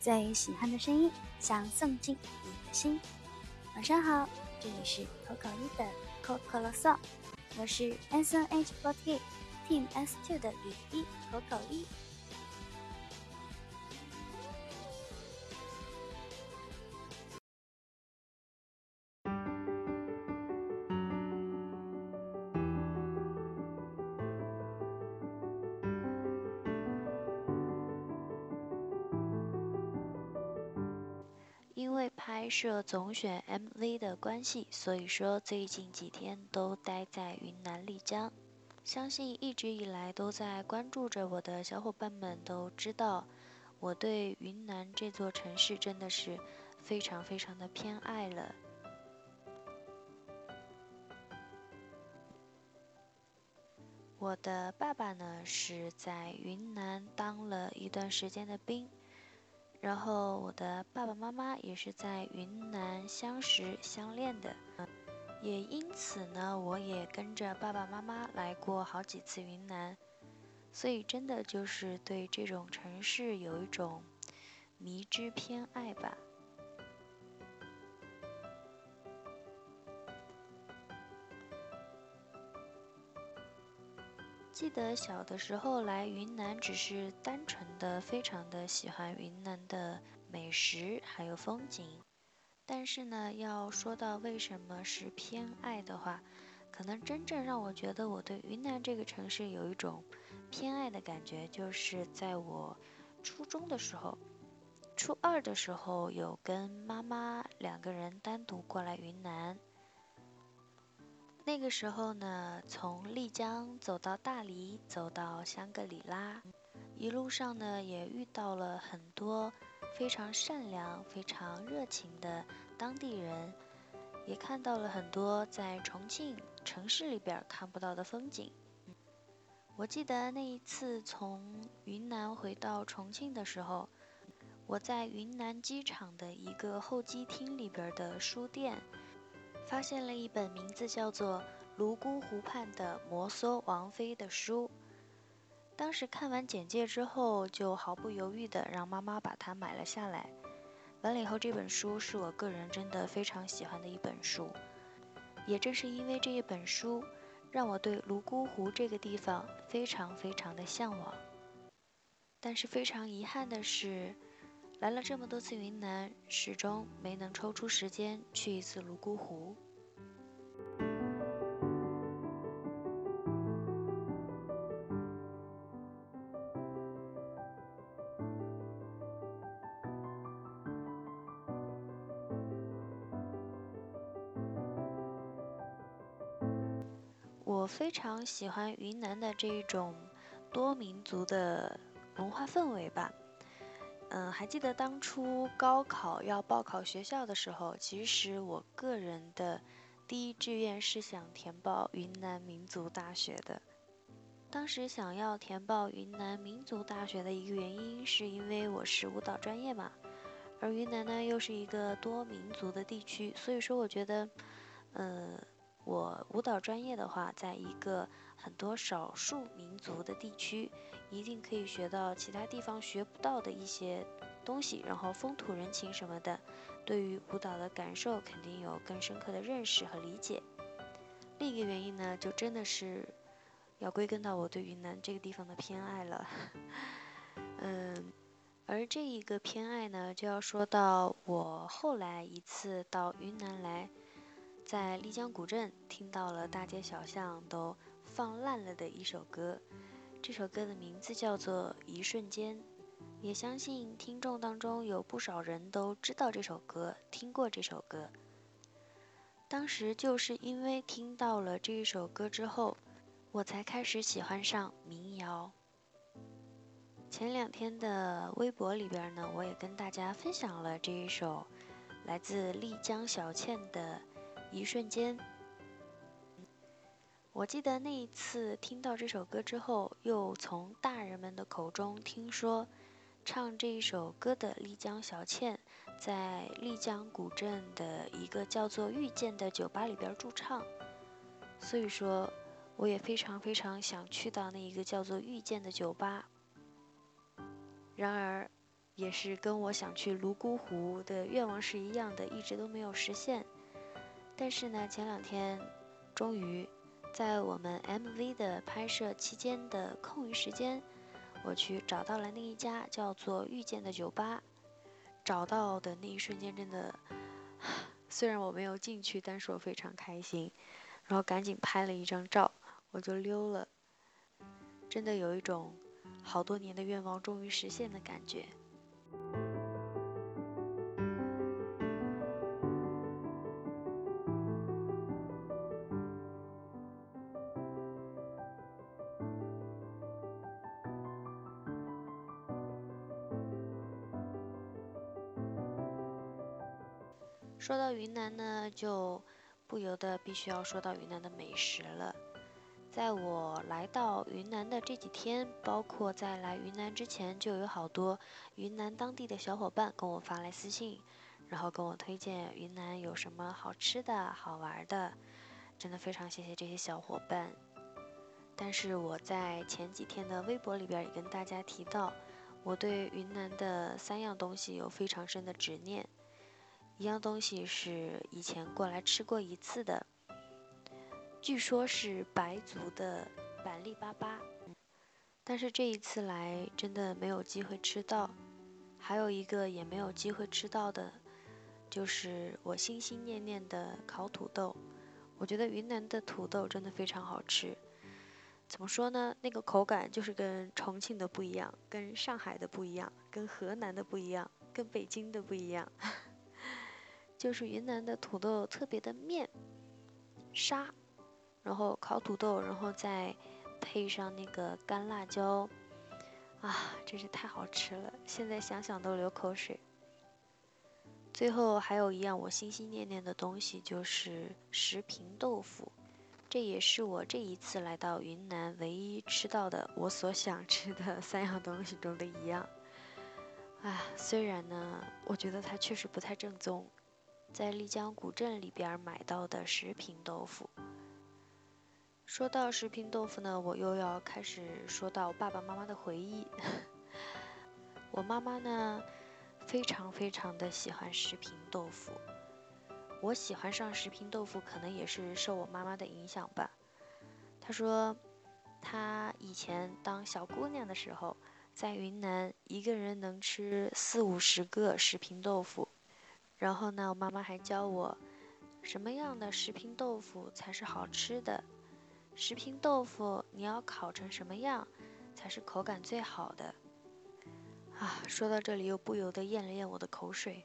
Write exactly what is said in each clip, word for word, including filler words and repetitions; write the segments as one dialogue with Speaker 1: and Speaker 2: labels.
Speaker 1: 最喜欢的声音，想送进你的心。晚上好，这里是口口一的口口啰嗦，我是 S N H 四十八 Team S 二 的雨一口口一。
Speaker 2: 因为拍摄总选 M V 的关系，所以说最近几天都待在云南丽江。相信一直以来都在关注着我的小伙伴们都知道，我对云南这座城市真的是非常非常的偏爱了。我的爸爸呢是在云南当了一段时间的兵。然后我的爸爸妈妈也是在云南相识相恋的，也因此呢，我也跟着爸爸妈妈来过好几次云南，所以真的就是对这种城市有一种迷之偏爱吧。记得小的时候来云南，只是单纯的非常的喜欢云南的美食还有风景。但是呢，要说到为什么是偏爱的话，可能真正让我觉得我对云南这个城市有一种偏爱的感觉，就是在我初中的时候，初二的时候有跟妈妈两个人单独过来云南。那个时候呢，从丽江走到大理，走到香格里拉，一路上呢也遇到了很多非常善良、非常热情的当地人，也看到了很多在重庆城市里边看不到的风景。我记得那一次从云南回到重庆的时候，我在云南机场的一个候机厅里边的书店，发现了一本名字叫做《泸沽湖畔的摩梭王妃》的书。当时看完简介之后，就毫不犹豫地让妈妈把它买了下来。完了以后，这本书是我个人真的非常喜欢的一本书。也正是因为这一本书，让我对泸沽湖这个地方非常非常的向往。但是非常遗憾的是，来了这么多次云南，始终没能抽出时间去一次泸沽湖。我非常喜欢云南的这一种多民族的文化氛围吧。嗯，还记得当初高考要报考学校的时候，其实我个人的第一志愿是想填报云南民族大学的。当时想要填报云南民族大学的一个原因，是因为我是舞蹈专业嘛，而云南呢又是一个多民族的地区，所以说我觉得，呃，我舞蹈专业的话，在一个很多少数民族的地区，一定可以学到其他地方学不到的一些东西，然后风土人情什么的，对于舞蹈的感受肯定有更深刻的认识和理解。另一个原因呢，就真的是要归根到我对云南这个地方的偏爱了。嗯，而这一个偏爱呢，就要说到我后来一次到云南来，在丽江古镇听到了大街小巷都放烂了的一首歌，这首歌的名字叫做《一瞬间》，也相信听众当中有不少人都知道这首歌，听过这首歌。当时就是因为听到了这一首歌之后，我才开始喜欢上民谣。前两天的微博里边呢，我也跟大家分享了这一首来自丽江小倩的一瞬间。我记得那一次听到这首歌之后，又从大人们的口中听说，唱这一首歌的丽江小倩在丽江古镇的一个叫做遇见的酒吧里边驻唱，所以说我也非常非常想去到那一个叫做遇见的酒吧。然而也是跟我想去泸沽湖的愿望是一样的，一直都没有实现。但是呢，前两天终于在我们 M V 的拍摄期间的空余时间，我去找到了那一家叫做遇见的酒吧。找到的那一瞬间真的，虽然我没有进去，但是我非常开心，然后赶紧拍了一张照，我就溜了。真的有一种好多年的愿望终于实现的感觉。说到云南呢，就不由得必须要说到云南的美食了。在我来到云南的这几天，包括在来云南之前，就有好多云南当地的小伙伴跟我发来私信，然后跟我推荐云南有什么好吃的好玩的，真的非常谢谢这些小伙伴。但是我在前几天的微博里边也跟大家提到，我对云南的三样东西有非常深的执念。一样东西是以前过来吃过一次的，据说是白族的板栗粑粑，但是这一次来真的没有机会吃到。还有一个也没有机会吃到的，就是我心心念念的烤土豆。我觉得云南的土豆真的非常好吃。怎么说呢？那个口感就是跟重庆的不一样，跟上海的不一样，跟河南的不一样，跟北京的不一样。就是云南的土豆特别的面沙，然后烤土豆，然后再配上那个干辣椒，啊，真是太好吃了，现在想想都流口水。最后还有一样我心心念念的东西，就是什萍豆腐，这也是我这一次来到云南唯一吃到的我所想吃的三样东西中的一样。啊，虽然呢，我觉得它确实不太正宗。在丽江古镇里边买到的什萍豆腐。说到什萍豆腐呢，我又要开始说到爸爸妈妈的回忆。我妈妈呢，非常非常的喜欢什萍豆腐。我喜欢上什萍豆腐，可能也是受我妈妈的影响吧。她说，她以前当小姑娘的时候，在云南一个人能吃四五十个什萍豆腐。然后呢，我妈妈还教我什么样的什萍豆腐才是好吃的，什萍豆腐你要烤成什么样才是口感最好的。啊，说到这里又不由得咽了咽我的口水。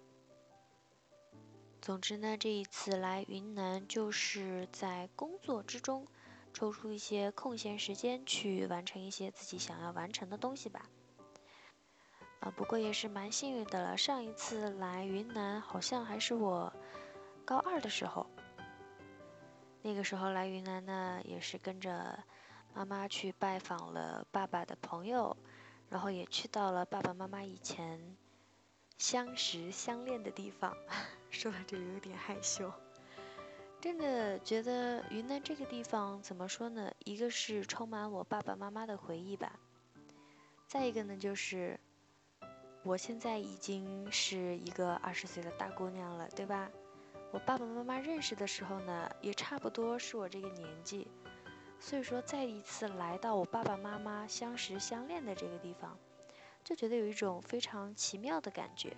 Speaker 2: 总之呢，这一次来云南就是在工作之中抽出一些空闲时间去完成一些自己想要完成的东西吧。啊，不过也是蛮幸运的了。上一次来云南好像还是我高二的时候，那个时候来云南呢，也是跟着妈妈去拜访了爸爸的朋友，然后也去到了爸爸妈妈以前相识相恋的地方。说到这里有点害羞，真的觉得云南这个地方怎么说呢？一个是充满我爸爸妈妈的回忆吧，再一个呢就是。我现在已经是一个二十岁的大姑娘了，对吧？我爸爸妈妈认识的时候呢，也差不多是我这个年纪，所以说再一次来到我爸爸妈妈相识相恋的这个地方，就觉得有一种非常奇妙的感觉。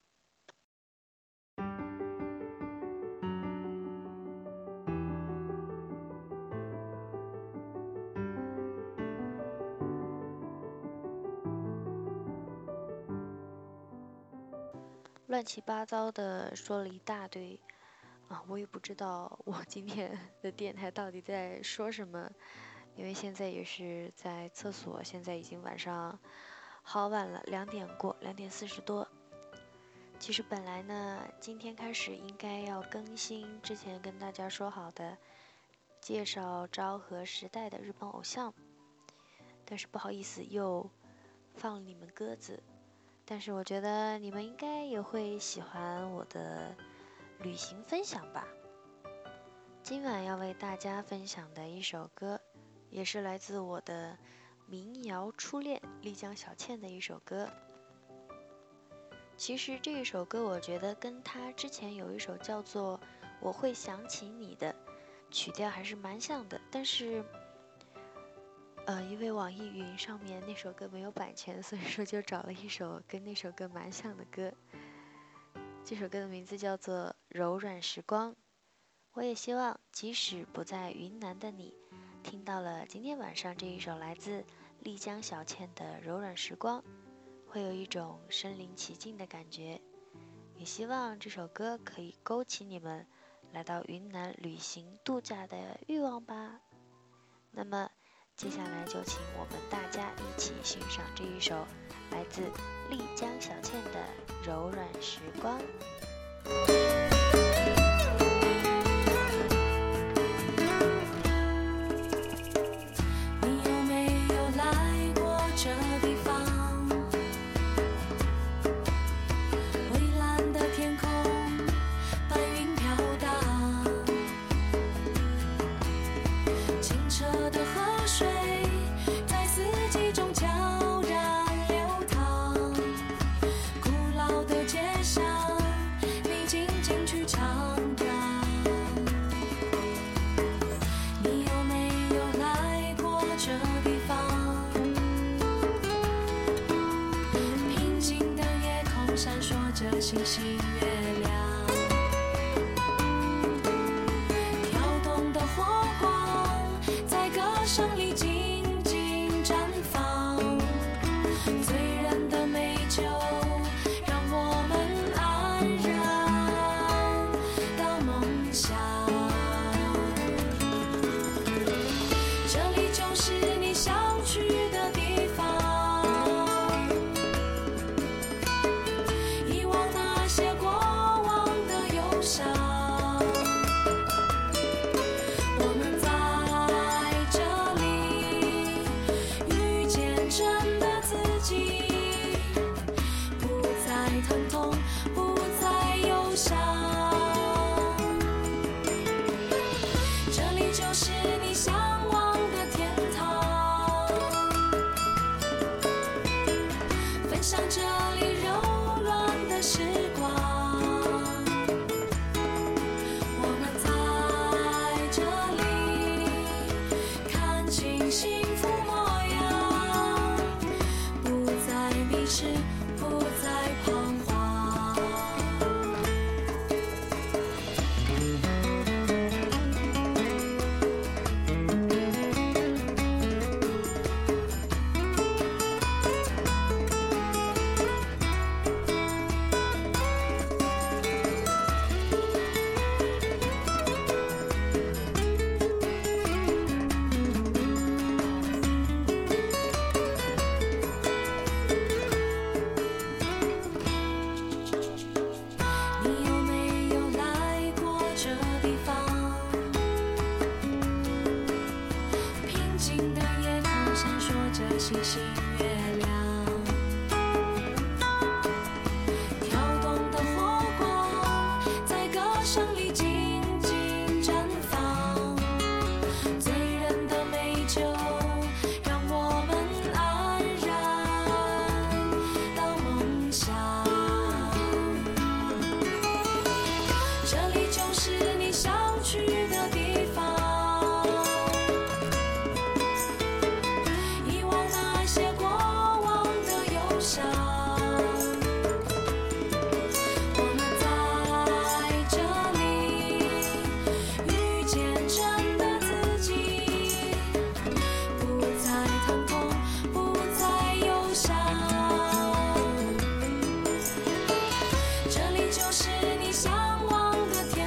Speaker 2: 乱七八糟的说了一大堆。啊，我也不知道我今天的电台到底在说什么，因为现在也是在厕所，现在已经晚上好晚了，两点过，两点四十多。其实本来呢，今天开始应该要更新之前跟大家说好的介绍昭和时代的日本偶像，但是不好意思又放了你们鸽子。但是我觉得你们应该也会喜欢我的旅行分享吧。今晚要为大家分享的一首歌，也是来自我的民谣初恋丽江小倩的一首歌， 其实这一首歌我觉得跟他之前有一首叫做《我会想起你》的曲调还是蛮像的，但是呃，因为网易云上面那首歌没有版权，所以说就找了一首跟那首歌蛮像的歌。这首歌的名字叫做《柔软时光》。我也希望即使不在云南的你，听到了今天晚上这一首来自丽江小倩的《柔软时光》，会有一种身临其境的感觉。也希望这首歌可以勾起你们来到云南旅行度假的欲望吧。那么接下来就请我们大家一起欣赏这一首来自丽江小倩的《柔软时光》。
Speaker 3: 星星月亮，跳动的火光在歌声里静静绽放，醉人的美酒让我们安然到梦乡。这里就是你想去的地方，星星月亮，跳动的火光在歌声里静静绽放，醉人的美酒让我们安然到梦乡。这里就是你想去的地方，就是你向往的天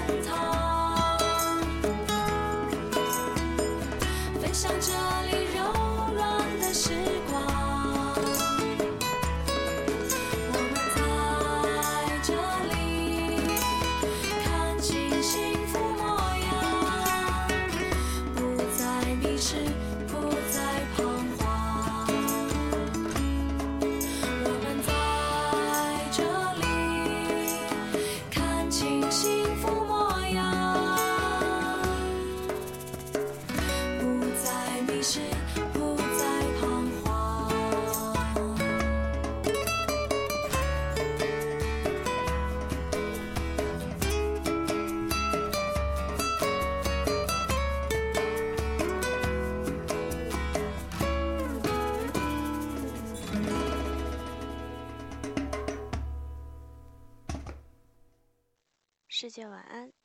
Speaker 2: 世界晚安，